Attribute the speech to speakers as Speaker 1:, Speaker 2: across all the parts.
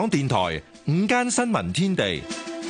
Speaker 1: 港電台午間新聞天地，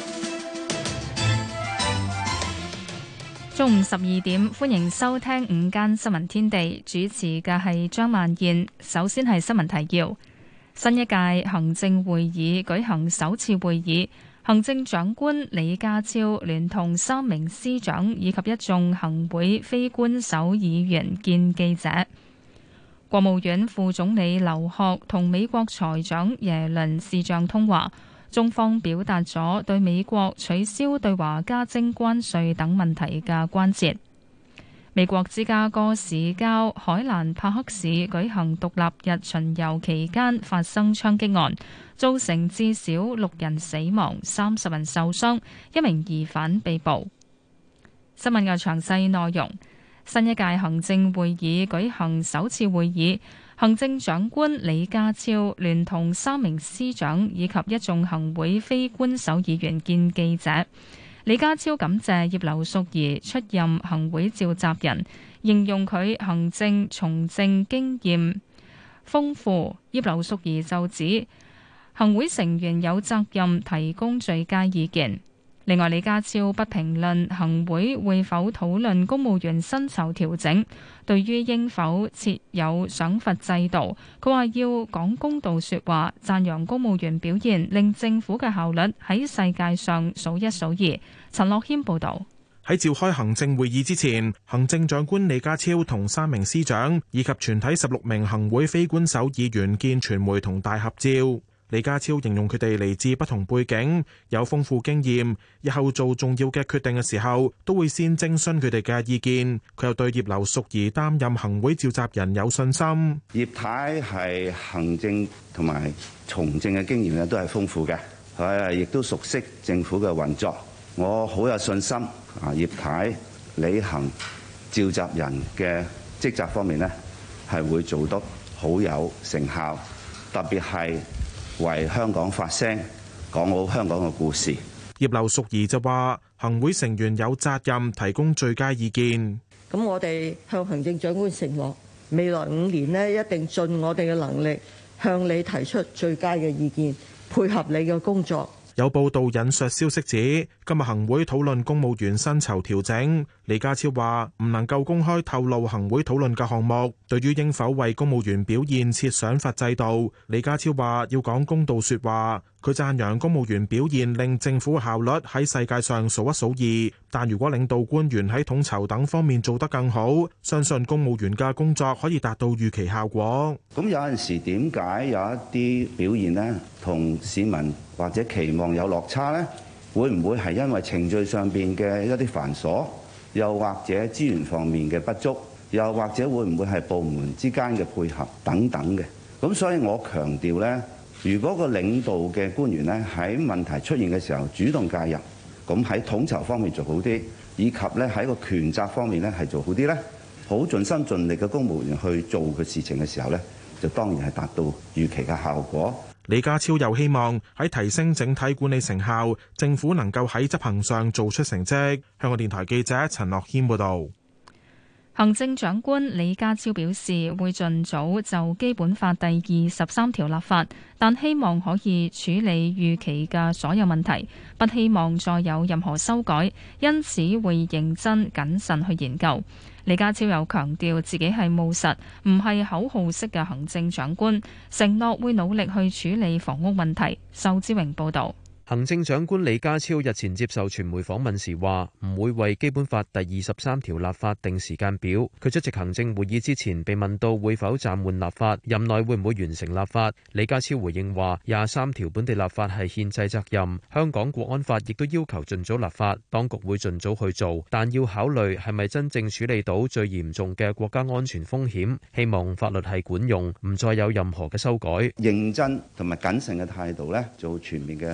Speaker 2: 中午12點，歡迎收聽午間新聞天地，主持嘅係張曼燕。首先係新聞提要：新一屆行政會議舉行首次會議，行政長官李家超聯同3名司長以及一眾行會非官守議員見記者。國務院副總理劉鶴同美國財長耶倫視像通話，中方表達咗對美國取消對華加徵關稅等問題嘅關切。美國芝加哥市郊海蘭帕克市舉行獨立日巡遊期間發生槍擊案，造成至少6人死亡、30人受傷，一名疑犯被捕。新聞嘅詳細內容。新一屆行政會議舉行首次會議，行政長官李家超聯同3名司長以及一眾行會非官守議員見記者。李家超感謝葉劉淑儀出任行會召集人，形容佢行政從政經驗豐富。葉劉淑儀就指，行會成員有責任提供最佳意見。另外，李家超不評論行會會否討論公務員薪酬調整，對於應否設有賞罰制度，佢話要講公道說話，讚揚公務員表現令政府嘅效率喺世界上數一數二。陳樂謙報道。
Speaker 3: 喺召開行政會議之前，行政長官李家超同3名司長以及全體16名行會非官守議員見傳媒同大合照。李家超形容佢哋嚟自不同背景，有豐富經驗，日後做重要嘅決定嘅時候，都會先徵詢佢哋嘅意見。佢又對葉劉淑儀擔任行會召集人有信心。
Speaker 4: 葉太係行政同埋從政嘅經驗咧，都係豐富嘅，佢亦都熟悉政府嘅運作。我好有信心啊！葉太履行召集人嘅職責方面咧，係會做得好有成效，特別係為香港發聲，講好香港嘅故事。
Speaker 3: 葉劉淑儀就話，行會成員有責任提供最佳意見。
Speaker 5: 咁我哋向行政長官承諾，未來5年呢，一定盡我哋嘅能力向你提出最佳嘅意見，配合你嘅工作。
Speaker 3: 有報道引述消息指，今日行會討論公務員薪酬調整。李家超話唔能夠公開透露行會討論嘅項目。對於應否為公務員表現設賞罰制度，李家超話要講公道說話。佢讚揚公務員表現令政府效率喺世界上數一數二，但如果領導官員喺統籌等方面做得更好，相信公務員嘅工作可以達到預期效果。
Speaker 4: 咁有陣時點解有一啲表現呢，同市民或者期望有落差呢？會唔會係因為程序上邊嘅一啲繁瑣，又或者資源方面嘅不足，又或者會唔會係部門之間嘅配合等等嘅？咁所以我強調呢，如果個領導嘅官員呢，喺問題出現嘅時候主動介入，咁喺統籌方面做好啲，以及咧喺個權責方面咧係做好啲咧，好盡心盡力嘅公務員去做嘅事情嘅時候咧，就當然係達到預期嘅效果。
Speaker 3: 李家超又希望喺提升整體管理成效，政府能夠喺執行上做出成績。香港電台記者陳樂謙報道。
Speaker 2: 行政長官李家超表示，會盡早就《基本法》第23條立法，但希望可以處理預期嘅所有問題，不希望再有任何修改，因此會認真謹慎去研究。李家超又強調自己係務實，唔係口號式嘅行政長官，承諾會努力去處理房屋問題。仇志榮報導。
Speaker 6: 行政長官李家超日前接受傳媒訪問時話，唔會為基本法第23條立法定時間表。佢出席行政會議之前被問到會否暫緩立法，任內會唔會完成立法。李家超回應話，23條本地立法係憲制責任，香港國安法亦都要求盡早立法，當局會盡早去做，但要考慮係咪真正處理到最嚴重嘅國家安全風險，希望法律係管用，唔再有任何嘅修改。
Speaker 4: 認真同埋謹慎嘅態度咧，做全面嘅法律研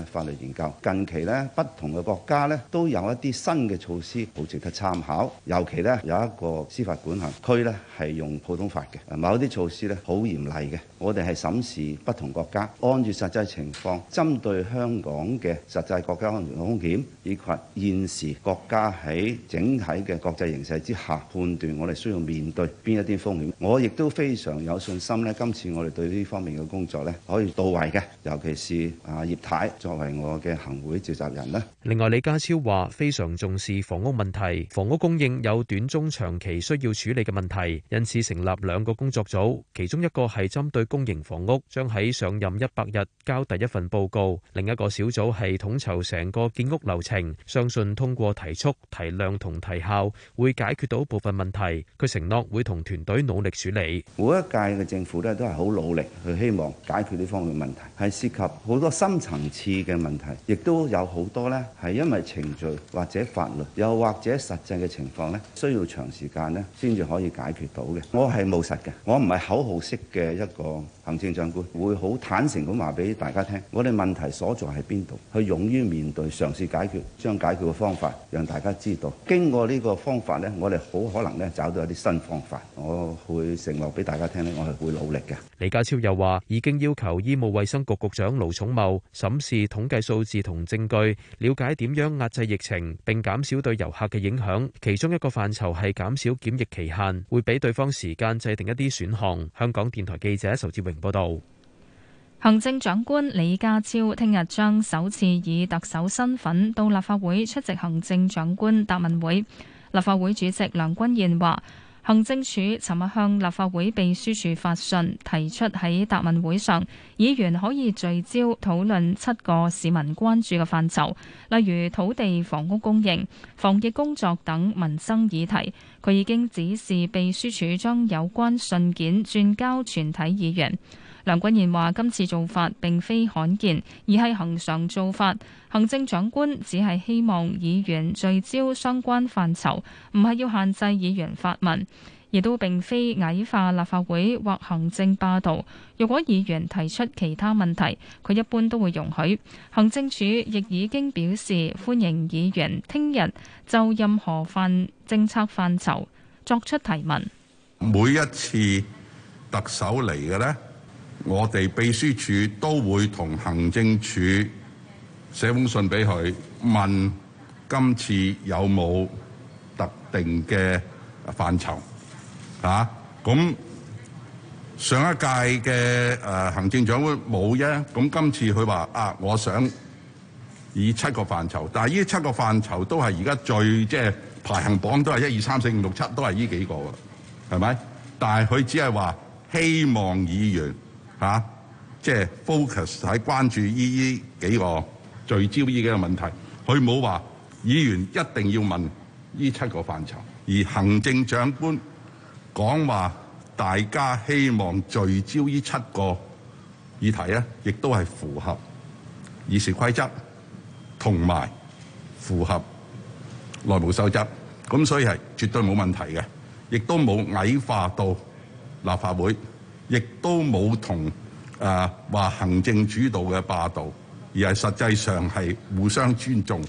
Speaker 4: 研究。近期呢，不同嘅國家呢都有一啲新嘅措施，好值得參考。尤其呢，有一個司法管轄區呢係用普通法嘅，某啲措施呢好嚴厲嘅。我哋係審視不同國家，按住實際情況，針對香港嘅實際國家安全風險，以及現時國家喺整體嘅國際形勢之下，判斷我哋需要面對邊一啲風險。我亦都非常有信心呢，今次我哋對呢方面嘅工作呢可以到位嘅，尤其是葉太作為我嘅行會召集人啦。
Speaker 6: 另外，李家超話非常重視房屋問題，房屋供應有短中長期需要處理嘅問題，因此成立2個工作組，其中一個係針對公營房屋，將喺上任100日交第一份報告；另一個小組係統籌成個建屋流程，相信通過提速、提量同提效，會解決到部分問題。佢承諾會同團隊努力處理。
Speaker 4: 每一屆嘅政府咧都係好努力去希望解決呢方面問題，係涉及好多深層次嘅問題，亦都有好多呢係因為程序或者法律，又或者實際嘅情況呢，需要長時間呢先至可以解決到嘅。我係務實嘅，我唔係口號式嘅一個行政長官，會好坦誠咁話俾大家聽，我哋問題所在喺邊度，去勇於面對，嘗試解決，將解決嘅方法讓大家知道。經過呢個方法呢，我哋好可能呢找到一啲新方法。我會承諾俾大家聽呢，我係會努力嘅。
Speaker 6: 李家超又話，已經要求醫務衛生局局長盧寵茂審視統計數字同證據，了解點樣壓制疫情，並減少對遊客嘅影響。其中一個範疇係減少檢疫期限，會俾對方時間制定一啲選項。香港電台記者仇志榮報道。
Speaker 2: 行政長官李家超聽日將首次以特首身份到立法會出席行政長官答問會。立法會主席梁君彥話，行政署尋日向立法會秘書處發信，提出喺答問會上，議員可以聚焦討論7個市民關注嘅範疇，例如土地、房屋供應、防疫工作等民生議題。佢已經指示秘書處將有關信件轉交全體議員。梁君彥話：今次做法並非罕見，而係恆常做法。行政長官只係希望議員聚焦相關範疇，唔係要限制議員發問，亦都並非矮化立法會或行政霸道。若果議員提出其他問題，佢一般都會容許。行政署亦已經表示歡迎議員聽日就任何政策範疇作出提問。
Speaker 7: 每一次特首嚟嘅呢，我哋秘書處都會同行政署寫封信俾佢，問今次有冇特定嘅範疇啊？咁上一屆嘅行政長官冇啫，咁今次佢話我想以7個範疇，但係呢7個範疇都係而家最即係排行榜都係1、2、3、4、5、6、7都係呢幾個㗎，係咪？但係佢只係話希望議員即係 focus 喺關注呢幾個聚焦呢幾個問題，佢冇話議員一定要問呢7個範疇，而行政長官講話大家希望聚焦呢7個議題咧，亦都係符合議事規則同埋符合內務守則，咁所以係絕對冇問題嘅，亦都冇矮化到立法會。亦都冇同話行政主導嘅霸道，而係實際上係互相尊重。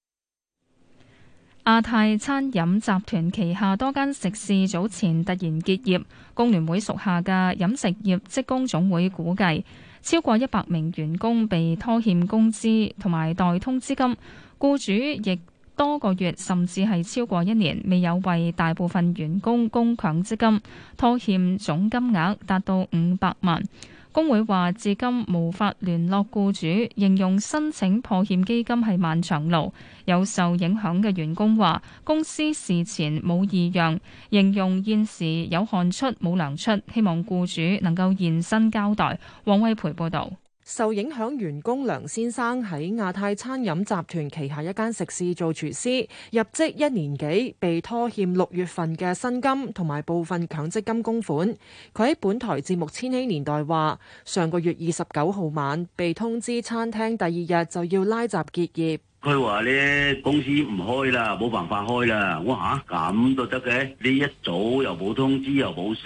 Speaker 2: 亞太餐飲集團旗下多間食肆早前突然結業，工聯會屬下嘅飲食業職工總會估計，超過100名員工被拖欠工資同埋代通資金，僱主亦多個月甚至係超過1年未有為大部分員工供強積金，拖欠總金額達到500萬。工會話至今無法聯絡僱主，形容申請破欠基金係漫長路。有受影響嘅員工話公司事前冇異樣，形容現時有汗出冇糧出，希望僱主能夠現身交代。黃惠培報導。
Speaker 8: 受影響員工梁先生喺亞太餐飲集團旗下一間食肆做廚師，入職1年幾，被拖欠6月份嘅薪金同埋部分強積金供款。佢喺本台節目《千禧年代》話，上個月29號晚被通知餐廳第2日就要拉閘結業。
Speaker 9: 佢話咧公司唔開啦，冇辦法開啦。我嚇咁都得嘅？呢一早又冇通知又冇成，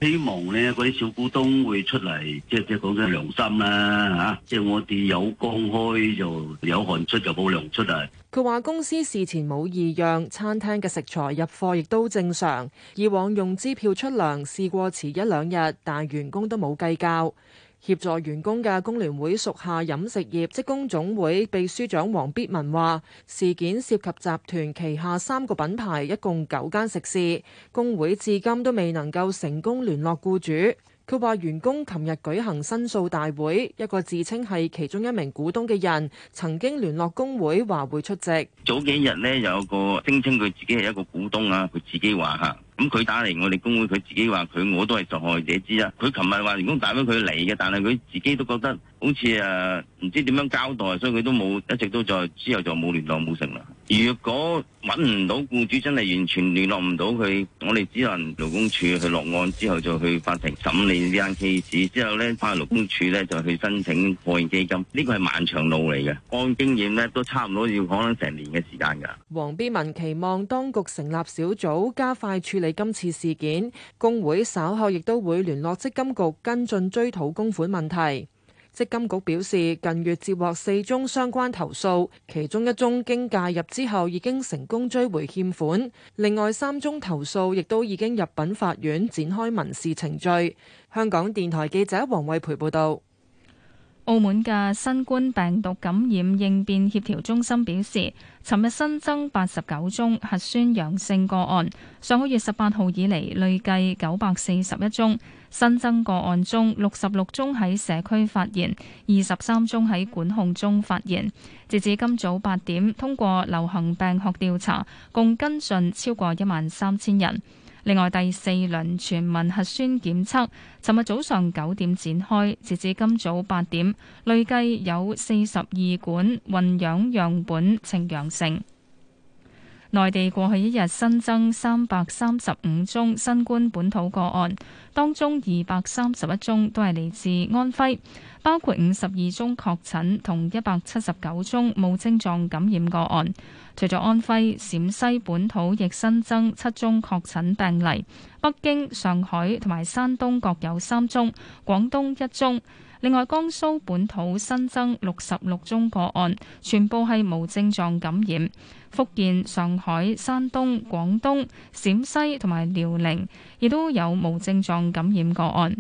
Speaker 9: 希望咧嗰啲小股東會出嚟，即係講緊良心啦嚇，即係我哋有公開就有汗出就冇糧出啊！
Speaker 8: 佢話公司事前冇異樣，餐廳嘅食材入貨亦都正常。以往用支票出糧試過遲一兩日，但員工都冇計較。協助員工嘅工聯會屬下飲食業職工總會秘書長黃必文話：事件涉及集團旗下3個品牌，一共9間食肆，工會至今都未能夠成功聯絡僱主。佢話員工琴日舉行申訴大會，一個自稱係其中一名股東嘅人曾經聯絡工會話會出席。
Speaker 10: 早幾日呢，有個聲稱佢自己係一個股東啊，佢自己話嚇。咁佢打嚟我哋工會，佢自己話我都係受害者之一。佢琴日話員工打俾佢嚟嘅，但係佢自己都覺得好似唔知點樣交代，所以佢都冇一直都之後就冇聯絡冇成啦。如果揾唔到僱主，真係完全聯絡唔到佢，我哋只能勞工處去落案，之後就去法庭審理呢間 case， 之後呢，翻去勞工處呢，就去申請破欠基金。呢個係漫長路嚟嘅，按經驗呢，都差唔多要可能成年嘅時間㗎。
Speaker 8: 黃必文期望當局成立小組加快處理今次事件，工會稍後亦都會聯絡積金局跟進追討供款問題。積金局表示，近月接獲4宗相關投訴，其中1宗經介入之後已經成功追回欠款，另外3宗投訴亦都已經入稟法院展開民事程序。香港電台記者黃慧培報道。
Speaker 2: 澳門嘅新冠病毒感染應變協調中心表示，尋日新增89宗核酸陽性個案，上個月18號以嚟累計941宗。新增個案中，66宗喺社區發現，23宗喺管控中發現。截至今早8點，通過流行病學調查，共跟進超過13000人。另外，第4輪全民核酸檢測，尋日早上9點展開，截至今早8點，累計有42管混樣樣本呈陽性。內地過去一日新增335宗新冠本土個案，當中231宗都係嚟自安徽，包括52宗確診同179宗無症狀感染個案。除咗安徽、陝西本土亦新增7宗確診病例，北京、上海同埋山東各有3宗，廣東1宗。另外，江蘇本土新增66宗個案，全部係無症狀感染。福建、上海、山東、廣東、陝西同埋遼寧亦都有無症狀感染個案。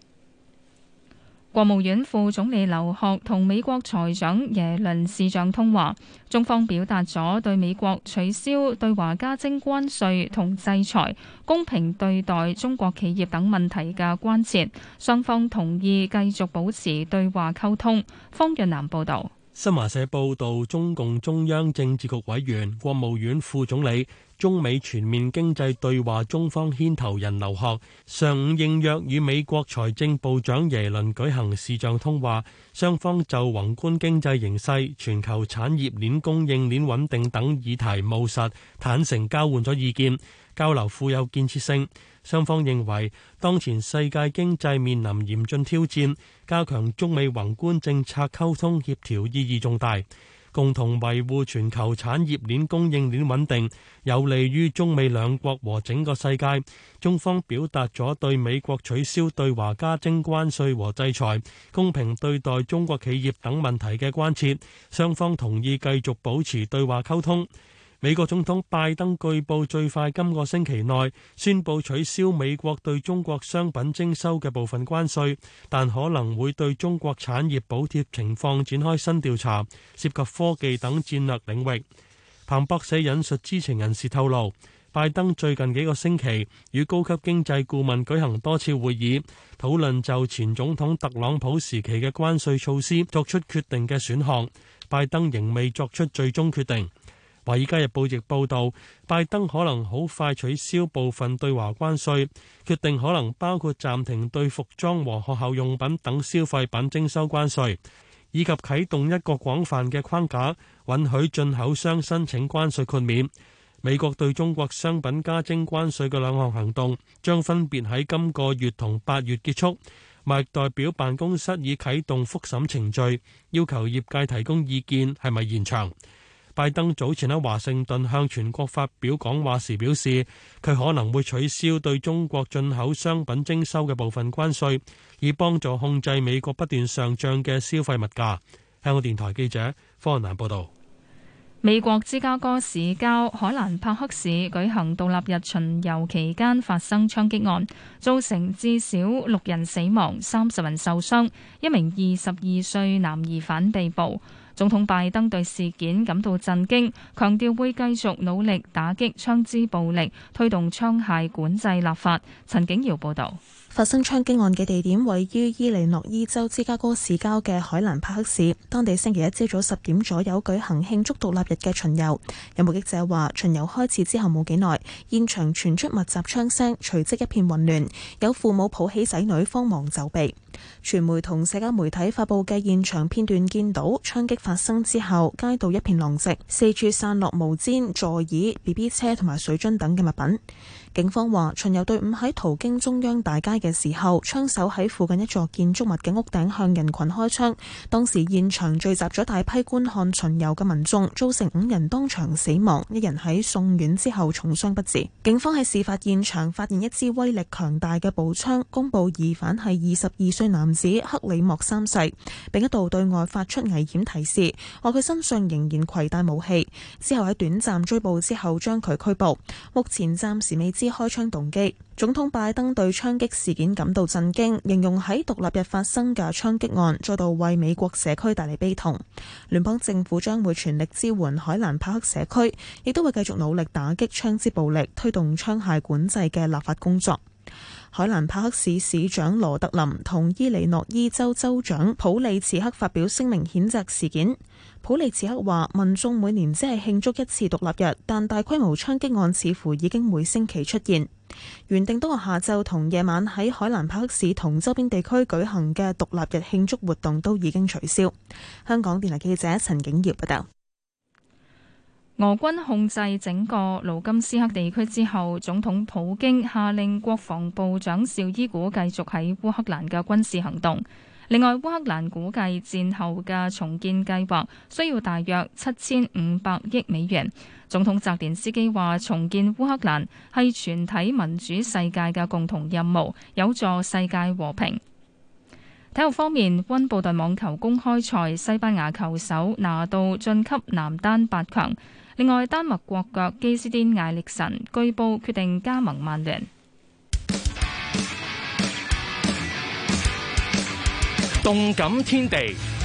Speaker 2: 國務院副總理劉鶴同美國財長耶倫視像通話，中方表達咗對美國取消對華加徵關稅同制裁、公平對待中國企業等問題嘅關切，雙方同意繼續保持對話溝通。方潤南報導。
Speaker 11: 新華社報導，中共中央政治局委員、國務院副總理、中美全面經濟對話中方牽頭人劉鶴上午應約與美國財政部長耶倫舉行視像通話，雙方就宏觀經濟形勢、全球產業鏈供應鏈穩定等議題務實坦誠交換咗意見，交流富有建設性。雙方認為，當前世界經濟面臨嚴峻挑戰，加強中美宏觀政策溝通協調意義重大，共同維護全球產業鏈供應鏈穩定，有利於中美兩國和整個世界。中方表達咗對美國取消對華加徵關稅和制裁、公平對待中國企業等問題嘅關切，雙方同意繼續保持對話溝通。美國總統拜登據報最快今個星期內宣布取消美國對中國商品徵收嘅部分關稅，但可能會對中國產業補貼情況展開新調查，涉及科技等戰略領域。彭博社引述知情人士透露，拜登最近幾個星期與高級經濟顧問舉行多次會議，討論就前總統特朗普時期嘅關稅措施作出決定嘅選項。拜登仍未作出最終決定。《華爾街日報》亦報導，拜登可能好快取消部分對華關稅，決定可能包括暫停對服裝和學校用品等消費品徵收關稅，以及啟動一個廣泛嘅框架，允許進口商申請關稅豁免。美國對中國商品加徵關稅嘅兩項行動將分別喺今個月同8月結束。貿易代表辦公室已啟動覆審程序，要求業界提供意見係咪延長。 拜登早前喺華盛頓向全國發表講話時表示，佢可能會取消對中國進口商品徵收嘅部分關稅，以幫助控制美國不斷上漲嘅消費物價。香港電台記者方雲南報道。
Speaker 2: 美國芝加哥市郊海蘭帕克市舉行獨立日巡遊期間發生槍擊案，造成至少6人死亡、30人受傷，一名22歲男疑犯被捕。總統拜登對事件感到震驚，強調會繼續努力打擊槍支暴力，推動槍械管制立法。陳景堯報道。
Speaker 12: 發生槍擊案嘅地點位於伊利諾伊州芝加哥市郊嘅海蘭帕克市，當地星期一朝早10點左右舉行慶祝獨立日嘅巡遊。有目擊者話，巡遊開始之後冇幾耐，現場傳出密集槍聲，隨即一片混亂，有父母抱起仔女慌忙走避。傳媒同社交媒體發布嘅現場片段見到，槍擊發生之後，街道一片狼藉，四處散落毛氈、座椅、BB 車同埋水樽等嘅物品。警方話，巡遊隊伍喺途經中央大街嘅時候，槍手喺附近一座建築物嘅屋頂向人群開槍。當時現場聚集咗大批觀看巡遊嘅民眾，造成5人當場死亡，1人喺送院之後重傷不治。警方喺事發現場發現一支威力強大嘅步槍，公佈疑犯係22歲男子克里莫3世，並一度對外發出危險提示，話佢身上仍然攜帶武器。之後喺短暫追捕之後將佢拘捕。目前暫時未知開槍動機。總統拜登對槍擊事件感到震驚，形容喺獨立日發生嘅槍擊案再度為美國社區帶嚟悲痛。聯邦政府將會全力支援海蘭帕克社區，亦都會繼續努力打擊槍支暴力，推動槍械管制嘅立法工作。海蘭帕克市市長羅特林同伊利諾伊州州長普利茨克發表聲明譴責事件。普利茨克話，民眾每年只係慶祝一次獨立日，但大規模槍擊案似乎已經每星期出現。原定當日下晝同夜晚喺海蘭帕克市同周邊地區舉行嘅獨立日慶祝活動都已經取消。香港電台記者陳景堯報道。
Speaker 2: 俄軍控制整個盧甘斯克地區之後，總統普京下令國防部長紹伊古繼續喺烏克蘭嘅軍事行動。另外，烏克蘭估計戰後嘅重建計劃需要大約7500億美元。總統澤連斯基話，重建烏克蘭係全體民主世界嘅共同任務，有助世界和平。體育方面，溫布頓網球公開賽，西班牙球手拿度晉級男單8強。另外，丹麥國腳基斯甸艾力神據報決定加盟曼聯。
Speaker 13: 動感天地，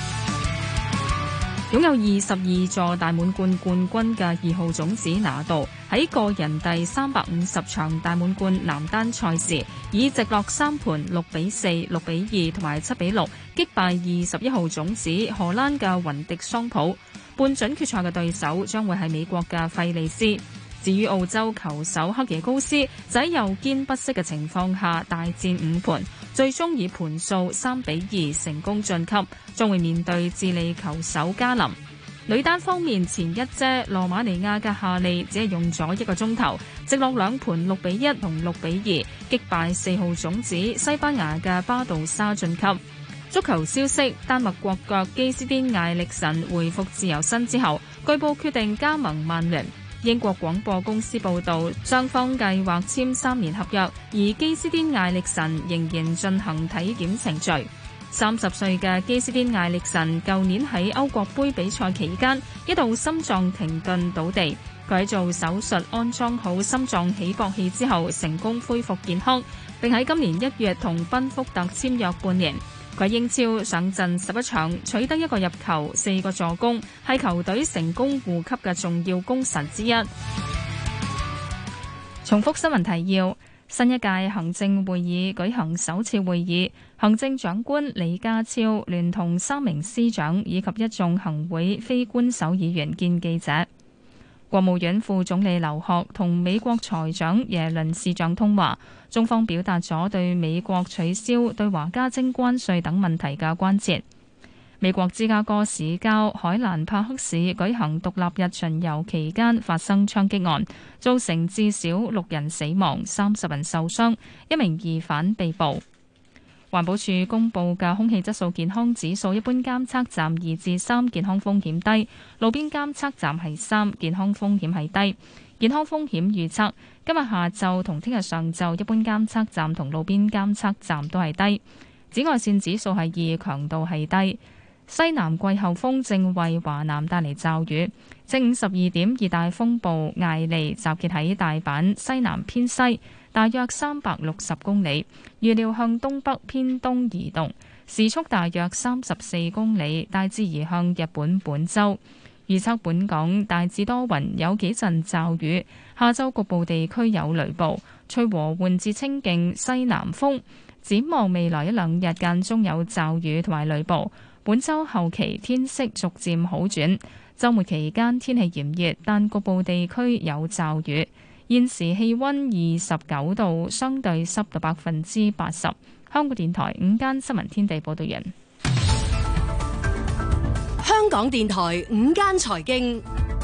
Speaker 2: 擁有22座大滿貫冠軍嘅2號種子拿度喺個人第350場大滿貫男單賽事，以直落3盤6比4、6比2同埋7比6擊敗21號種子荷蘭嘅雲迪桑普。半準決賽嘅對手將會係美國嘅費利斯。至於澳洲球手克耶高斯，就喺右肩不適嘅情況下大戰5盤，最終以盤數3比2成功晉級，將會面對智利球手加林。女單方面，前一姐羅馬尼亞嘅夏利只係用咗1個鐘頭，直落2盤6比1同6比2擊敗4號種子西班牙嘅巴杜沙晉級。足球消息，丹麥國腳基斯甸艾力神回復自由身之後，據報決定加盟曼聯。英國廣播公司報導，雙方計劃簽3年合約，而基斯甸艾力神仍然進行體檢程序。30歲嘅基斯甸艾力神舊年喺歐國杯比賽期間一度心臟停頓倒地，佢喺做手術安裝好心臟起搏器之後成功恢復健康，並喺今年1月同賓福特簽約半年。佢英超上陣11場，取得1個入球、4個助攻，係球隊成功護級嘅重要功臣之一。重複新聞提要：新一屆行政會議舉行首次會議，行政長官李家超聯同3名司長以及一眾行會非官守議員見記者。國務院副總理劉鶴同美國財長耶倫視像通話，中方表達咗對美國取消對華加徵關稅等問題嘅關切。美國芝加哥市郊海蘭帕克市舉行獨立日巡遊期間發生槍擊案，造成至少6人死亡、30人受傷，一名疑犯被捕。 環保署公布嘅空氣質素健康指數，一般監測站2至3，健康風險低；路邊監測站係3，健康風險係低。健康風險預測今日下晝同聽日上晝，一般監測站同路邊監測站都係低。紫外線指數係2，強度係低。西南季候風正為華南帶嚟驟雨。正午12點，熱帶風暴艾利集結喺大阪西南偏西，大約360公里，預料向東北偏東移動，時速大約34公里，大致移向日本本州。預測本港大致多雲，有幾陣驟雨，下晝局部地區有雷暴，吹和緩至清勁西南風。展望未來一兩日間中有驟雨同埋雷暴，本週後期天色逐漸好轉，週末期間天氣炎熱，但局部地區有驟雨。現時氣溫29度，相對濕度80%。香港電台午間新聞天地報道完。
Speaker 14: 香港電台午間財經，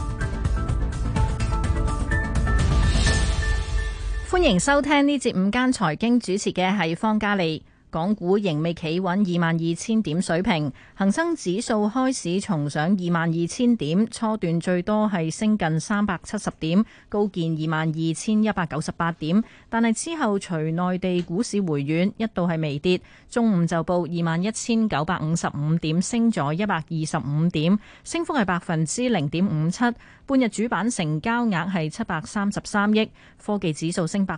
Speaker 15: 歡迎收聽呢節午間財經，主持嘅係方嘉利。港股仍未企穩22,000點水平，恒生指數開市重上22,000點，初段最多係升近370點，高見22,198點，但係之後隨內地股市回軟，一度係微跌，中午就報21,955點，升咗125點，升幅係0.57%。半日主板成交額係733億，科技指數升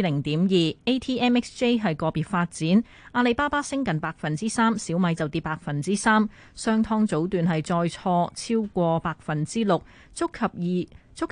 Speaker 15: 0.2%，ATMXJ 係個別發展，阿里巴巴升近3%，小米就跌3%，商湯早段係再挫超過6%，觸及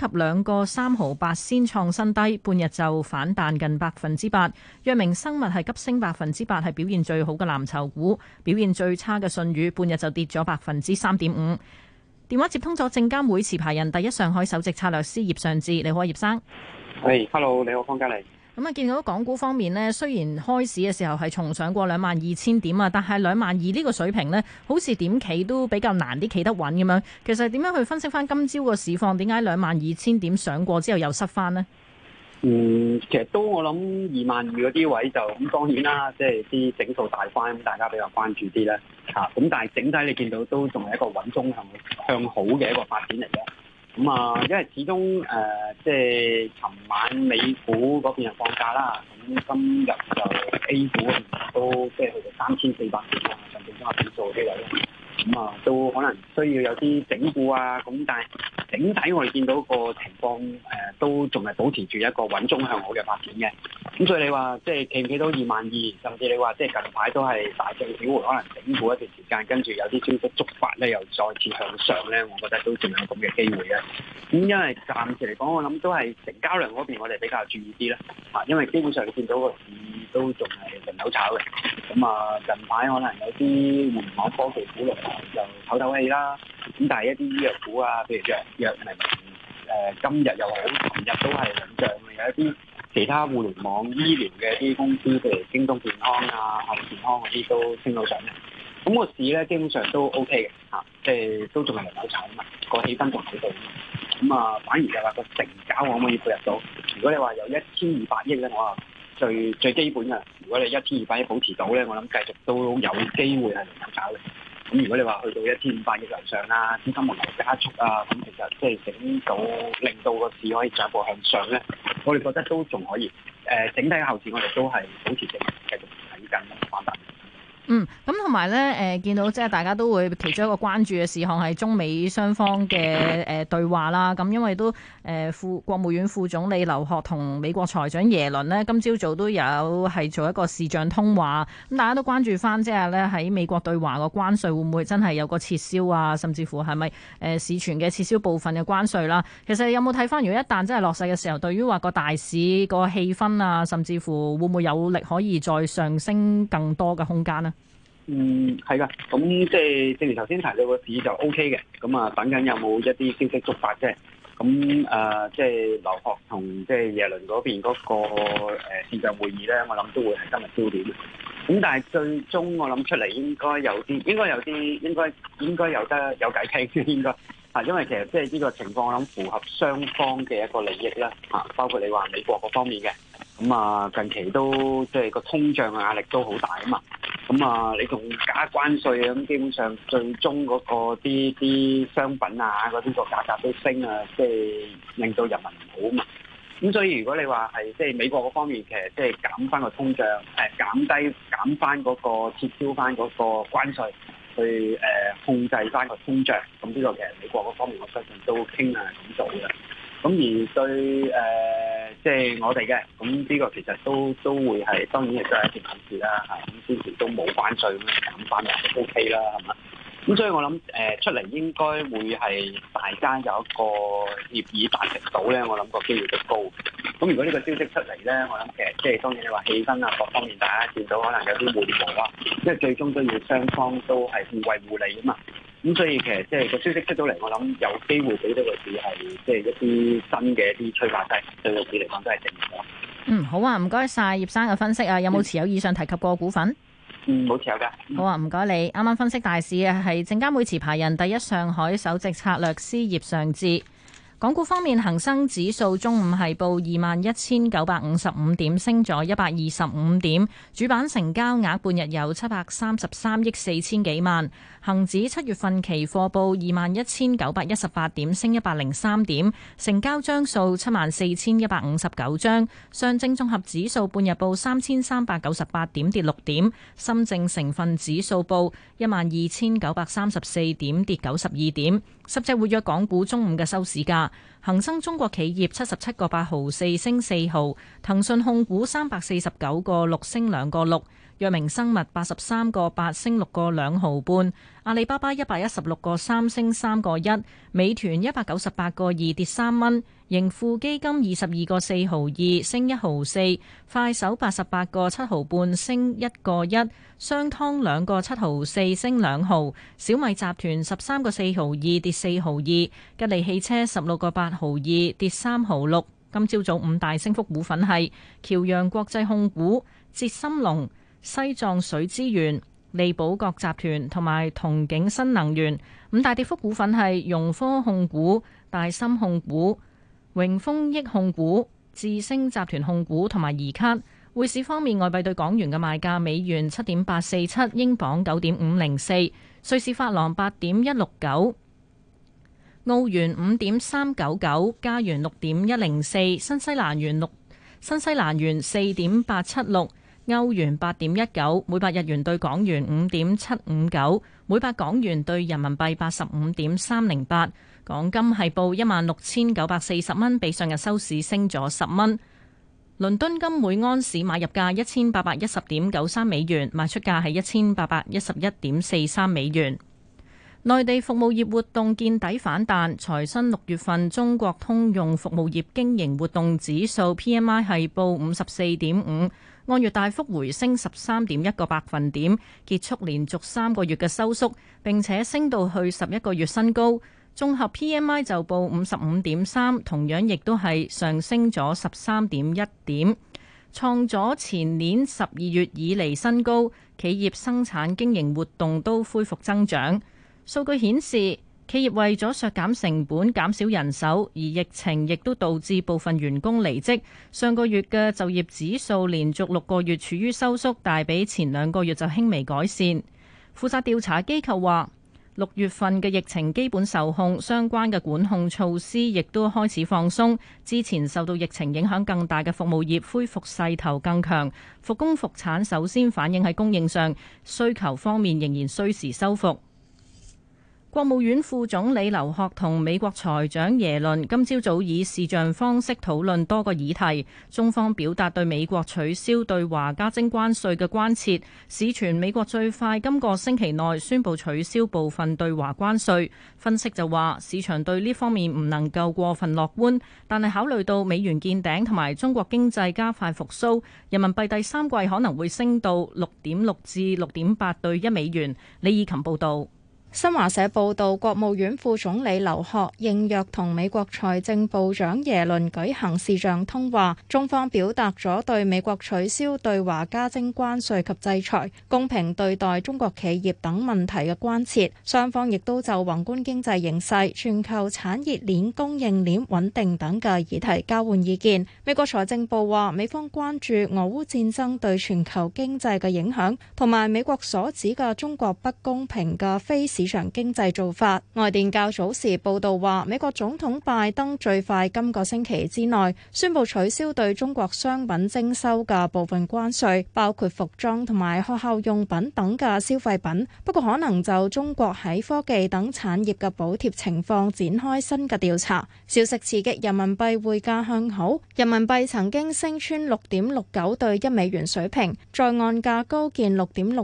Speaker 15: 2個3毫8先創新低，半日就反彈近8%。藥明生物係急升8%，係表現最好嘅藍籌股，表現最差嘅舜宇半日就跌咗3.5%。電話接通咗證監會持牌人第一上海首席策略師葉尚志，你好，葉生。
Speaker 16: 係，hello， 你好，方嘉莉。
Speaker 15: 咁啊，見到港股方面呢，雖然開市嘅時候係重上過22,000點啊，但係22,000呢個水平呢，好似點企都比較難啲企得穩咁樣。其實點樣去分析翻今朝個市況？點解22,000點上過之後又失翻呢？
Speaker 16: 其實都我諗22,000嗰啲位就咁，當然啦，即係啲整數大翻，咁大家比較關注啲啦。咁但係整體你見到都仲係一個穩中向好嘅一個發展嚟嘅。咁啊，因為始終即係尋晚美股嗰邊就放假啦，咁今日就 A 股嗰邊都即係去到3,400點啊，上證綜合指數啲位咧，咁啊都可能需要有啲整固啊，咁但係整體我哋見到個情況都仲係保持住一個穩中向好嘅發展嘅。咁所以你話即係企唔企到22,000，甚至你話即係近排都係大漲小回，可能整固一段時間，跟住有啲消息觸發咧，又再次向上咧，我覺得都仲有咁嘅機會嘅。咁因為暫時嚟講，我諗都係成交量嗰邊我哋比較注意啲啦。因為基本上你見到個市都仲係輪流炒嘅。咁啊，近排可能有啲互聯網科技股落嚟就唞唞氣啦。咁但係一啲醫藥股啊，譬如藥明今日又好，琴日都係領漲嘅，有一啲其他互聯網醫療嘅一啲公司，譬如京東健康啊、阿里健康嗰啲都升到上嚟。咁個市咧基本上都 OK 嘅，即係都仲係輪流炒啊嘛，個氣氛仲喺度。咁啊，反而就話個成交可唔可以配合到？如果你話有1,200億咧，我話最基本嘅，如果你1,200億保持到咧，我諗繼續都有機會係輪流炒嘅。咁如果你話去到1,500億樓上啊，資金回流加速啊，咁其實即係令到個市可以進一步向上咧，我哋覺得都仲可以。整體後市我哋都係保持正，繼續睇緊反彈。
Speaker 15: 咁同埋咧，見到即係大家都會其中一個關注嘅事項係中美雙方嘅對話啦。咁因為都國務院副總理劉鶴同美國財長耶倫呢，今朝早都有係做一個視像通話。咁大家都關注翻，即係咧喺美國對華個關稅會唔會真係有個撤銷啊？甚至乎係咪市傳嘅撤銷部分嘅關稅啦？其實有冇睇翻？如果一旦真係落實嘅時候，對於話個大市個氣氛啊，甚至乎會唔會有力可以再上升更多嘅空間呢？
Speaker 16: 係噶，咁即係正如頭先提到個市就 O K 嘅，咁啊等緊有冇一啲消息觸發啫。咁即係劉鶴同即係耶倫嗰邊嗰個視像會議咧，我諗都會係今日焦點。咁但係最終我諗出嚟應該有偈傾應該嚇，因為其實即係呢個情況我諗符合雙方嘅一個利益啦嚇，包括你話美國嗰方面嘅。咁啊，近期都即係個通脹嘅壓力都好大啊嘛， 咁啊，你仲加關稅啊，咁基本上最終嗰個啲商品啊嗰啲個價格都升啊，即係令到人民唔好啊嘛。咁所以如果你話係即係美國嗰方面，其實即係減翻個通脹，減翻嗰個撤銷翻嗰個關稅，去控制翻個通脹。咁呢個其實美國嗰方面，我相信都傾啊咁做嘅。咁而對即係我哋嘅，咁呢個其實都會係當然亦都係一件好事啦嚇。咁之前都冇關稅咁減翻就 OK 啦，係嘛？咁所以我諗出嚟應該會係大家有一個協議達成到咧，我諗個機會都高。咁如果呢個消息出嚟咧，我諗其實即係當然你話氣氛啊各方面，大家見到可能有啲緩和啦，因為最終都要雙方都係互惠互利啊嘛。咁所以其實即係個消息出到嚟，我諗有機會俾到個市係即係一啲新嘅一啲催化劑，對個市嚟講都係正面。
Speaker 15: 好啊，唔該晒葉生嘅分析啊，有冇持有以上提及過股份？
Speaker 16: 冇持有㗎。
Speaker 15: 好啊，唔該你。啱啱分析大市嘅係證監會持牌人第一上海首席策略師葉尚志。港股方面，恒生指數中午係報21,955點，升咗125點。主板成交額半日有733億4千幾萬。恒指7月份期貨報21,918點，升103點，成交張數74,159張。上證綜合指數半日報3,398點，跌6點。深證成分指數報12,934點，跌92點。十隻活躍港股中午嘅收市價。恒生中國企業77個8毫4升4毫，騰訊控股349個6升2個6，藥明生物83個8升6個2毫半，阿里巴巴116個3升3個1，美團198個2跌3蚊，盈富基金22個4毫2升1毫4，快手88個7毫半升1個1，商湯2個7毫4升2毫，小米集團13個4毫2跌4毫2，吉利汽車16個8毫2跌3毫6。今朝早五大升幅股份係僑陽國際控股、捷森龍、西藏水資源、利寶國集團同埋同景新能源。五大跌幅股份係融科控股、大森控股、榮豐益控股、智星集團控股同埋怡卡。匯市方面，外幣對港元嘅賣價：美元7.847，英鎊9.504，瑞士法郎8.169，澳元5.399，加元6.104，新西蘭元4.876，歐元8.19，每百日元對港元5.759，每百港元對人民幣85.308。港金係報16,940蚊，比上日收市升咗10蚊。倫敦金每盎司買入價1810.93美元，賣出價係1811.43美元。內地服務業活動見底反彈，財新6月份中國通用服務業經營活動指數 PMI 係報54.5，按月大幅回升13.1個百分點，結束連續3個月嘅收縮，並且升到去11個月新高。綜合 PMI 就報55.3，同樣亦都係上升咗13.1點，創咗前年12月以嚟新高。企業生產經營活動都恢復增長。數據顯示，企業為咗削減成本、減少人手，而疫情亦都導致部分員工離職。上個月嘅就業指數連續6個月處於收縮，但比前2個月就輕微改善。負責調查機構話，6月份嘅疫情基本受控，相關嘅管控措施亦都開始放鬆。之前受到疫情影響更大嘅服務業恢復勢頭更強，復工復產首先反映喺供應上，需求方面仍然需時收復。國務院副總理劉鶴同美國財長耶倫今朝早以視像方式討論多個議題，中方表達對美國取消對華加徵關稅嘅關切，市傳美國最快今個星期內宣布取消部分對華關稅。分析就話，市場對呢方面唔能夠過分樂觀，但係考慮到美元見頂同埋中國經濟加快復甦，人民幣第三季可能會升到6.6至6.8對1美元。李以琴報導。
Speaker 17: 新華社報道，國務院副總理劉鶴應約同美國財政部長耶倫舉行視像通話，中方表達咗對美國取消對華加徵關稅及制裁、公平對待中國企業等問題嘅關切。雙方亦都就宏觀經濟形勢、全球產業鏈供應鏈穩定等嘅議題交換意見。美國財政部話，美方關注俄烏戰爭對全球經濟嘅影響，同埋美國所指嘅中國不公平嘅非市場經濟做法。外電較早時報道話，美國總統拜登最快今個星期之內宣布取消對中國商品徵收嘅部分關稅，包括服裝同埋學校用品等嘅消費品。不過可能就中國喺科技等產業嘅補貼情況展開新嘅調查。消息刺激人民幣匯價向好，人民幣曾經升穿6.69對1美元水平，在岸價高見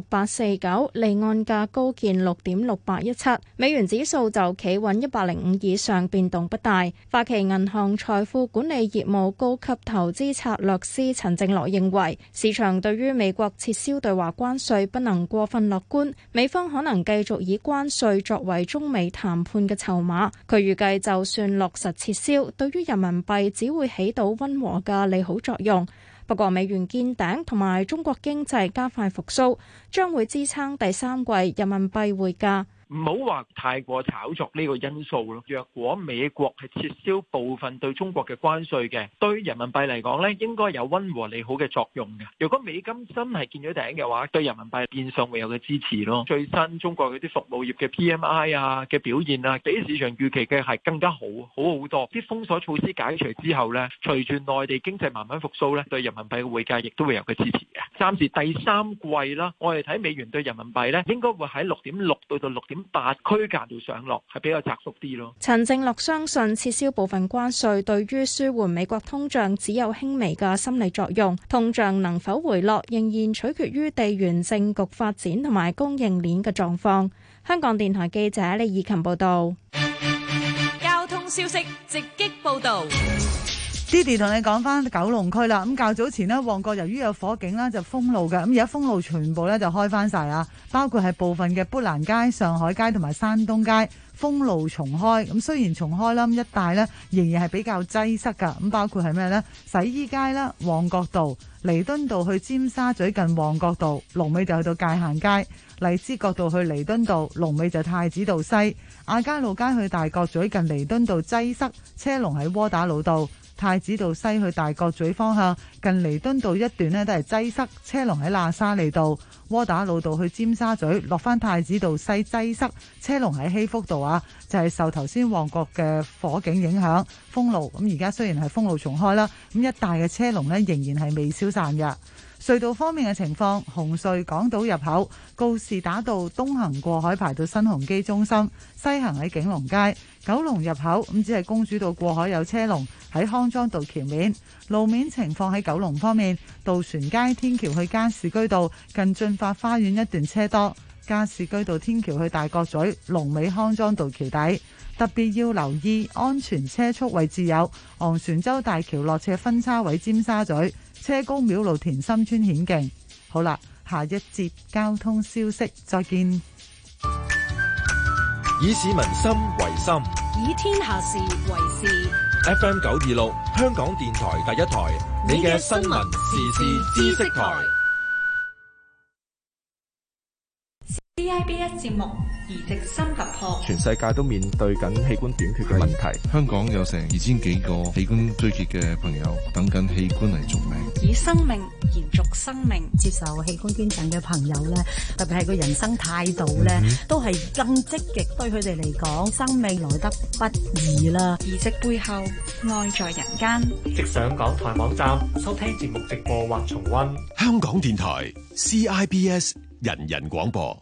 Speaker 17: 6.6849，離岸價高見6.6817。美元指數就企穩105以上，變動不大。花旗銀行財富管理業務高級投資策略師陳正樂認為，市場對於美國撤銷對華關稅不能過分樂觀，美方可能繼續以關稅作為中美談判嘅籌碼。佢預計就算落實撤銷，對於人民幣只會起到溫和嘅利好作用。不過美元見頂同埋中國經濟加快復甦，將會支撐第三季人民幣匯價。
Speaker 18: 唔好話太過炒作呢個因素咯。若果美國係撤銷部分對中國嘅關稅嘅，對人民幣嚟講呢，應該有溫和利好嘅作用嘅。如果美金真係見咗頂嘅話，對人民幣變相會有嘅支持咯。最新中國嗰啲服務業嘅 PMI 啊嘅表現啊，比市場預期嘅係更加好好多。啲封鎖措施解除之後呢，隨住內地經濟慢慢復甦呢，對人民幣嘅匯價亦都會有嘅支持嘅。暫時第三季啦，我哋睇美元對人民幣呢，應該會喺6.6到6.8區間度上落，係比較窄縮啲咯。
Speaker 17: 陳正樂相信撤銷部分關稅對於舒緩美國通脹只有輕微嘅心理作用，通脹能否回落仍然取決於地緣政局發展同埋供應鏈嘅狀況。香港電台記者李以琴報道。
Speaker 14: 交通消息直擊報道。
Speaker 19: Didi 同你講翻九龍區啦，咁較早前呢，旺角由於有火警啦，就封路嘅，咁而家封路全部咧就開翻晒啊，包括係部分嘅砵蘭街、上海街同埋山東街封路重開。咁雖然重開啦，咁一帶呢仍然係比較擠塞噶，咁包括係咩呢？洗衣街啦、旺角道、彌敦道去尖沙咀近旺角道，龍尾就去到界限街；荔枝角道去彌敦道，龍尾就太子道西；亞皆老街去大角咀近彌敦道擠塞，車龍喺窩打老道。太子道西去大角咀方向近彌敦道一段呢都係擠塞，車龍喺喇沙利道；窩打老道去尖沙咀落返太子道西擠塞，車龍喺希福道啊，就係受頭先旺角嘅火警影響封路。咁而家雖然係封路重開啦，咁一帶嘅車龍呢仍然係未消散嘅。隧道方面嘅情況，紅隧港島入口告士打道東行過海排到新鴻基中心，西行喺景隆街；九龍入口咁只係公主道過海有車龍喺康莊道橋面。路面情況喺九龍方面，渡船街天橋去加士居道近駿發花園一段車多，加士居道天橋去大角咀龍尾康莊道橋底。特別要留意安全車速位置有昂船洲大橋落斜分叉位尖沙咀、車公廟路田心村顯徑。好啦，下一節交通消息再見。
Speaker 1: 以市民心為心，
Speaker 14: 以天下事為事。
Speaker 1: FM 926香港電台第一台，你嘅新聞時事知識台。
Speaker 20: CIBS 節目移植新突破，
Speaker 21: 全世界都面對緊器官短缺嘅問題。
Speaker 22: 香港有成2000幾個器官衰竭嘅朋友等緊器官嚟續命，
Speaker 20: 以生命延續生命。
Speaker 23: 接受器官捐贈嘅朋友咧，特別係個人生態度咧，都係更積極。對佢哋嚟講，生命來得不易啦。
Speaker 20: 移植背後，愛在人間。
Speaker 24: 即上港台網站收聽節目直播或重溫。
Speaker 25: 香港電台 CIBS 人人廣播。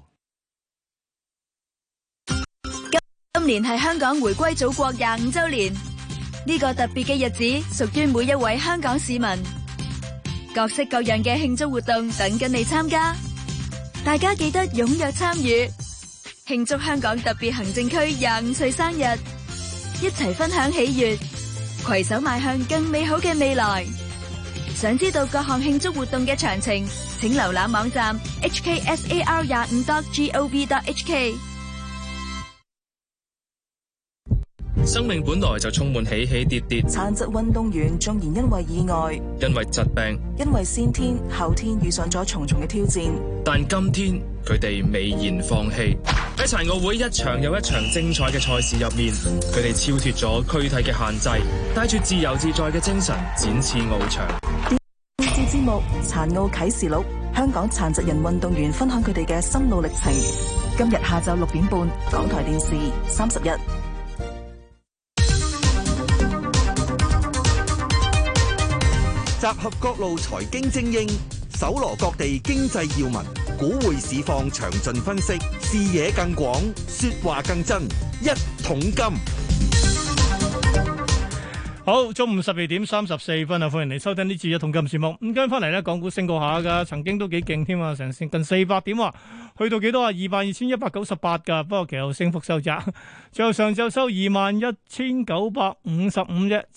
Speaker 26: 今年係香港回歸祖國25週年，呢個特別嘅日子屬於每一位香港市民。各式各樣嘅慶祝活動等緊你參加，大家記得踴躍參與，慶祝香港特別行政區25歲生日，一齊分享喜悅，攜手邁向更美好嘅未來。想知道各項慶祝活動嘅詳情，請瀏覽網站 hksar25.gov.hk。
Speaker 3: 生命本來就充滿起起跌跌，
Speaker 4: 殘疾運動員縱然因為意外、
Speaker 3: 因為疾病、
Speaker 4: 因為先天後天遇上咗重重嘅挑戰，
Speaker 3: 但今天佢哋未然放棄。喺殘奧會一場又一場精彩嘅賽事入面，佢哋超脫咗軀體嘅限制，帶住自由自在嘅精神展翅翱翔。
Speaker 4: 電視節目《殘奧啟示錄》，香港殘疾人運動員分享佢哋嘅心路歷程。今日下晝6點半，港台電視31。
Speaker 5: 集合各路財經精英，搜羅各地經濟要聞，股匯市況詳盡分析，視野更廣，說話更真。一桶金。
Speaker 6: 好，中午12:34啊！歡迎你收聽呢次一桶金節目。咁跟翻嚟咧，港股升過下噶，曾經都幾勁添啊，成近400點啊，去到幾多啊？22,198噶，不過其後升幅收窄，最後上晝收21,955啫。